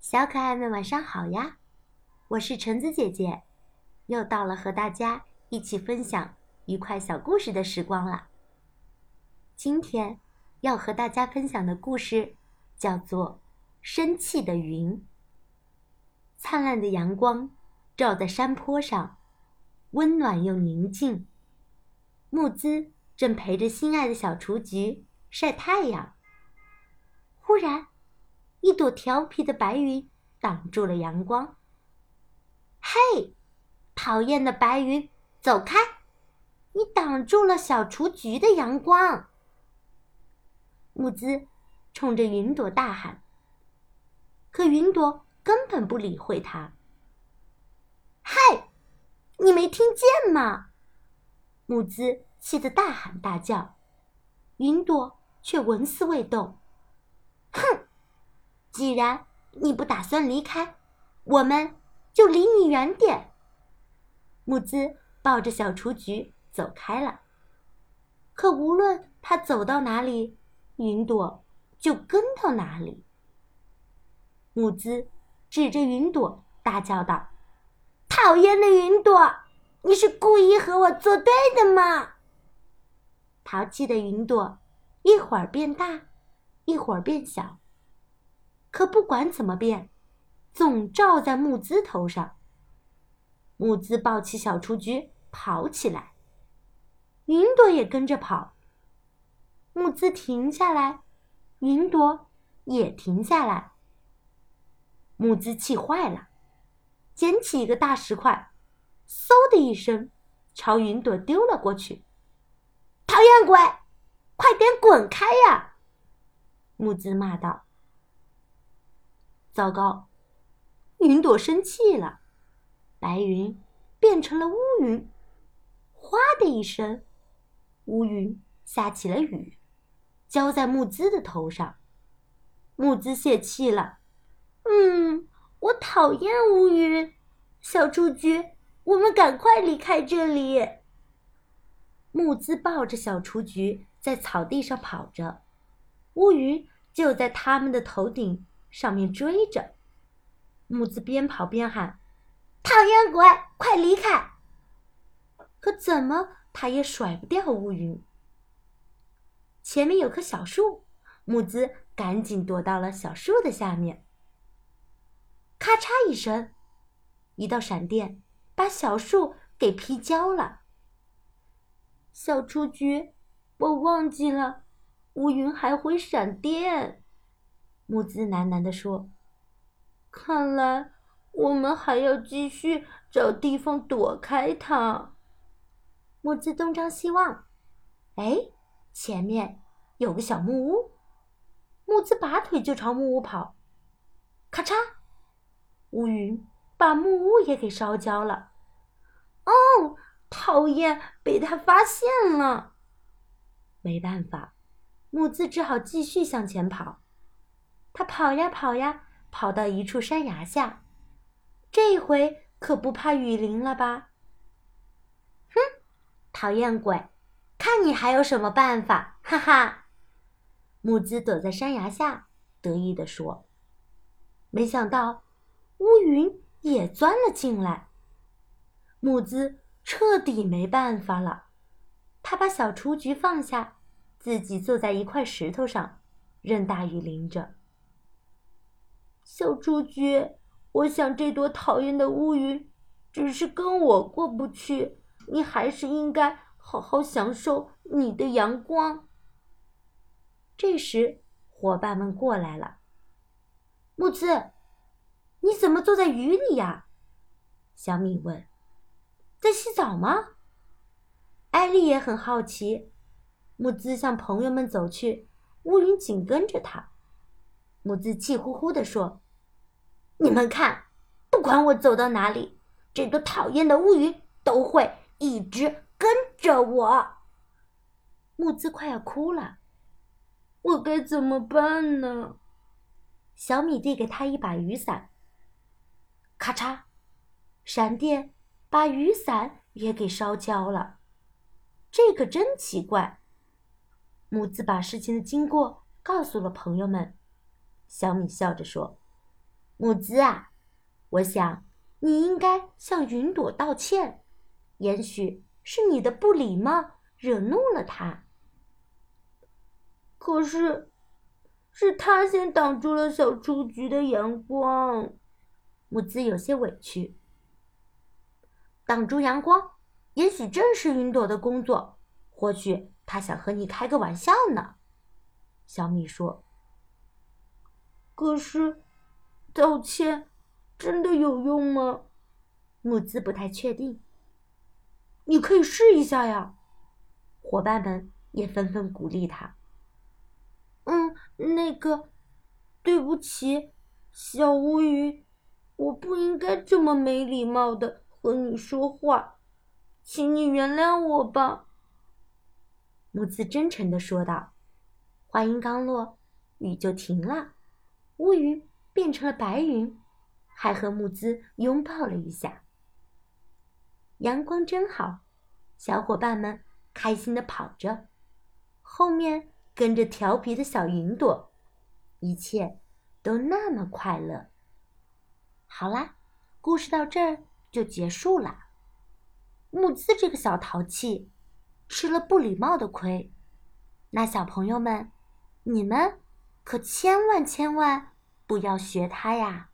小可爱们晚上好呀，我是橙子姐姐，又到了和大家一起分享愉快小故事的时光了。今天要和大家分享的故事叫做生气的云。灿烂的阳光照在山坡上，温暖又宁静。木姿正陪着心爱的小雏菊晒太阳。忽然，一朵调皮的白云挡住了阳光。嘿，讨厌的白云，走开！你挡住了小雏菊的阳光。木姿冲着云朵大喊，可云朵根本不理会他。嗨，你没听见吗？木姿气得大喊大叫，云朵却纹丝未动。哼！既然你不打算离开，我们就离你远点。木姿抱着小雏菊走开了。可无论他走到哪里，云朵就跟到哪里。木姿指着云朵大叫道：讨厌的云朵，你是故意和我作对的吗？淘气的云朵一会儿变大，一会儿变小，可不管怎么变，总照在木姿头上。木姿抱起小雏菊跑起来，云朵也跟着跑。木姿停下来，云朵也停下来。木姿气坏了，捡起一个大石块，嗖的一声朝云朵丢了过去。讨厌鬼，快点滚开呀！木姿骂道。糟糕，云朵生气了，白云变成了乌云。哗的一声，乌云下起了雨，浇在木姿的头上。木姿泄气了。我讨厌乌云。小雏菊，我们赶快离开这里。木姿抱着小雏菊在草地上跑着，乌云就在他们的头顶上面追着。木姿边跑边喊：讨厌鬼，快离开！可怎么他也甩不掉乌云。前面有棵小树，木姿赶紧躲到了小树的下面。咔嚓一声，一道闪电把小树给劈焦了。小雏菊，我忘记了，乌云还会闪电。木姿喃喃地说。看来我们还要继续找地方躲开它。木姿东张西望，哎，前面有个小木屋。木姿拔腿就朝木屋跑。咔嚓，乌云把木屋也给烧焦了。哦，讨厌，被他发现了。没办法，木姿只好继续向前跑。他跑呀跑呀，跑到一处山崖下，这回可不怕雨淋了吧？哼，讨厌鬼，看你还有什么办法，哈哈！木姿躲在山崖下，得意地说。没想到，乌云也钻了进来。木姿彻底没办法了，他把小雏菊放下，自己坐在一块石头上，任大雨淋着。小雏菊，我想这朵讨厌的乌云只是跟我过不去，你还是应该好好享受你的阳光。这时，伙伴们过来了。木姿，你怎么坐在雨里呀？小米问。在洗澡吗？艾丽也很好奇。木姿向朋友们走去，乌云紧跟着他。木姿气呼呼地说：你们看，不管我走到哪里，这朵讨厌的乌云都会一直跟着我。木姿快要哭了。我该怎么办呢？小米递给他一把雨伞。咔嚓，闪电把雨伞也给烧焦了。这可真奇怪。木姿把事情的经过告诉了朋友们。小米笑着说： 木兹啊，我想你应该向云朵道歉，也许是你的不礼貌惹怒了他。可是，是他先挡住了小雏菊的阳光。木兹有些委屈。挡住阳光，也许正是云朵的工作，或许他想和你开个玩笑呢。小米说。可是，道歉真的有用吗？木兹不太确定。你可以试一下呀。伙伴们也纷纷鼓励他。对不起，小乌鱼，我不应该这么没礼貌的和你说话，请你原谅我吧。木兹真诚地说道。话音刚落，雨就停了，乌云变成了白云，还和木兹拥抱了一下。阳光真好，小伙伴们开心地跑着，后面跟着调皮的小云朵，一切都那么快乐。好啦，故事到这儿就结束了。木兹这个小淘气，吃了不礼貌的亏。那小朋友们，你们可千万不要学他呀！